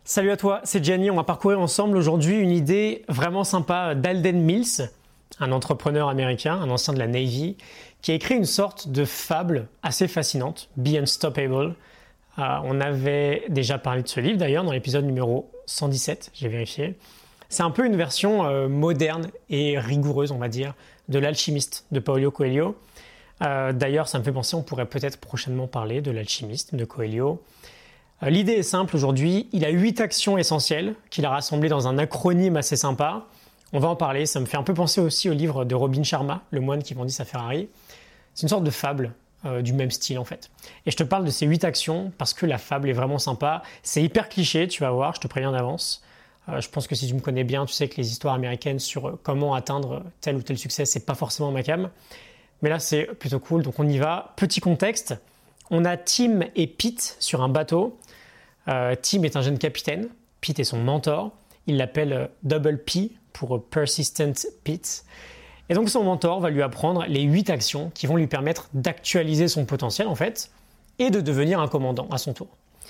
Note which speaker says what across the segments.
Speaker 1: Salut à toi, c'est Gianni. On va parcourir ensemble aujourd'hui une idée vraiment sympa d'Alden Mills, un entrepreneur américain, un ancien de la Navy, qui a écrit une sorte de fable assez fascinante, Be Unstoppable. On avait déjà parlé de ce livre d'ailleurs dans l'épisode numéro 117, j'ai vérifié. C'est un peu une version moderne et rigoureuse, on va dire, de L'Alchimiste de Paulo Coelho. D'ailleurs, ça me fait penser, on pourrait peut-être prochainement parler de L'Alchimiste de Coelho. L'idée est simple aujourd'hui, il a 8 actions essentielles qu'il a rassemblées dans un acronyme assez sympa. On va en parler, ça me fait un peu penser aussi au livre de Robin Sharma, Le moine qui vendit sa Ferrari. C'est une sorte de fable du même style en fait. Et je te parle de ces 8 actions parce que la fable est vraiment sympa. C'est hyper cliché, tu vas voir, je te préviens d'avance. Je pense que si tu me connais bien, tu sais que les histoires américaines sur comment atteindre tel ou tel succès, c'est pas forcément ma came. Mais là, c'est plutôt cool, donc on y va. Petit contexte, on a Tim et Pete sur un bateau. Tim est un jeune capitaine, Pete est son mentor. Il l'appelle Double P pour Persistent Pete. Et donc son mentor va lui apprendre les 8 actions qui vont lui permettre d'actualiser son potentiel en fait et de devenir un commandant à son tour.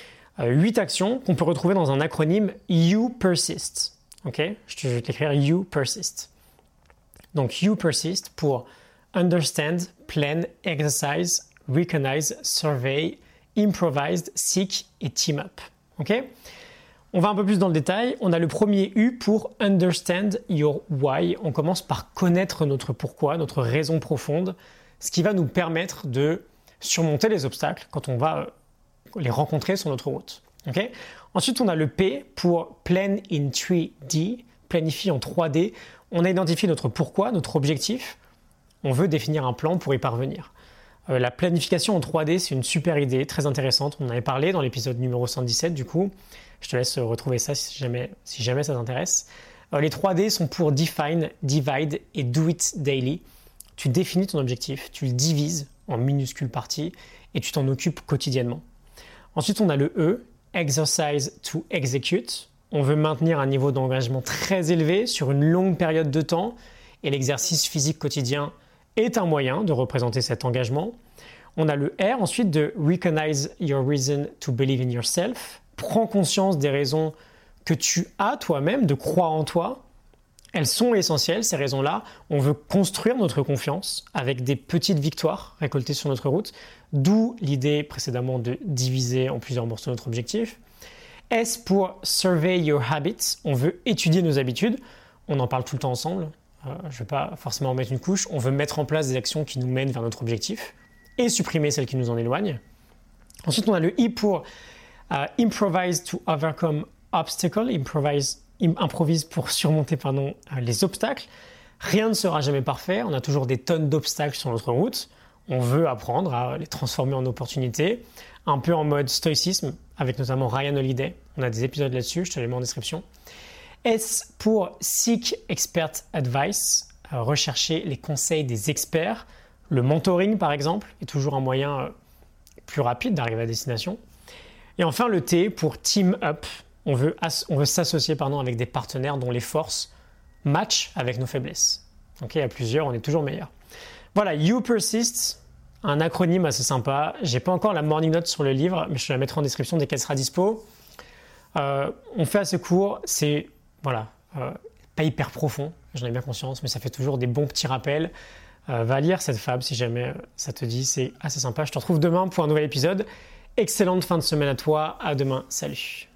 Speaker 1: 8 actions qu'on peut retrouver dans un acronyme You Persist. Ok, je vais t'écrire You Persist. Donc You Persist pour Understand, Plan, Exercise, Recognize, Survey, Improvised, Seek et Team Up. Ok ? On va un peu plus dans le détail. On a le premier U pour Understand Your Why. On commence par connaître notre pourquoi, notre raison profonde, ce qui va nous permettre de surmonter les obstacles quand on va les rencontrer sur notre route. Okay ? Ensuite, on a le P pour Plan in 3D, planifie en 3D. On a identifié notre pourquoi, notre objectif. On veut définir un plan pour y parvenir. La planification en 3D, c'est une super idée, très intéressante. On en avait parlé dans l'épisode numéro 117 du coup. Je te laisse retrouver ça si jamais ça t'intéresse. Les 3D sont pour Define, Divide et Do It Daily. Tu définis ton objectif, tu le divises en minuscules parties et tu t'en occupes quotidiennement. Ensuite, on a le E, Exercise to Execute. On veut maintenir un niveau d'engagement très élevé sur une longue période de temps et l'exercice physique quotidien est un moyen de représenter cet engagement. On a le R ensuite de Recognize your reason to believe in yourself. Prends conscience des raisons que tu as toi-même, de croire en toi. Elles sont essentielles, ces raisons-là. On veut construire notre confiance avec des petites victoires récoltées sur notre route, d'où l'idée précédemment de diviser en plusieurs morceaux notre objectif. S pour Survey your habits. On veut étudier nos habitudes. On en parle tout le temps ensemble. Je ne vais pas forcément en mettre une couche. On veut mettre en place des actions qui nous mènent vers notre objectif et supprimer celles qui nous en éloignent. Ensuite, on a le I pour Improvise to overcome obstacles. Improvise pour surmonter les obstacles. Rien ne sera jamais parfait. On a toujours des tonnes d'obstacles sur notre route. On veut apprendre à les transformer en opportunités. Un peu en mode stoïcisme, avec notamment Ryan Holiday. On a des épisodes là-dessus, je te les mets en description. S pour Seek Expert Advice, rechercher les conseils des experts. Le mentoring, par exemple, est toujours un moyen plus rapide d'arriver à destination. Et enfin, le T pour Team Up. On veut s'associer avec des partenaires dont les forces matchent avec nos faiblesses. Okay, à plusieurs, on est toujours meilleur. Voilà, You Persist, un acronyme assez sympa. J'ai pas encore la morning note sur le livre, mais je te la mettrai en description dès qu'elle sera dispo. On fait assez court, c'est pas hyper profond, j'en ai bien conscience, mais ça fait toujours des bons petits rappels. Va lire cette fable si jamais ça te dit, c'est assez sympa. Je te retrouve demain pour un nouvel épisode. Excellente fin de semaine à toi, à demain, salut.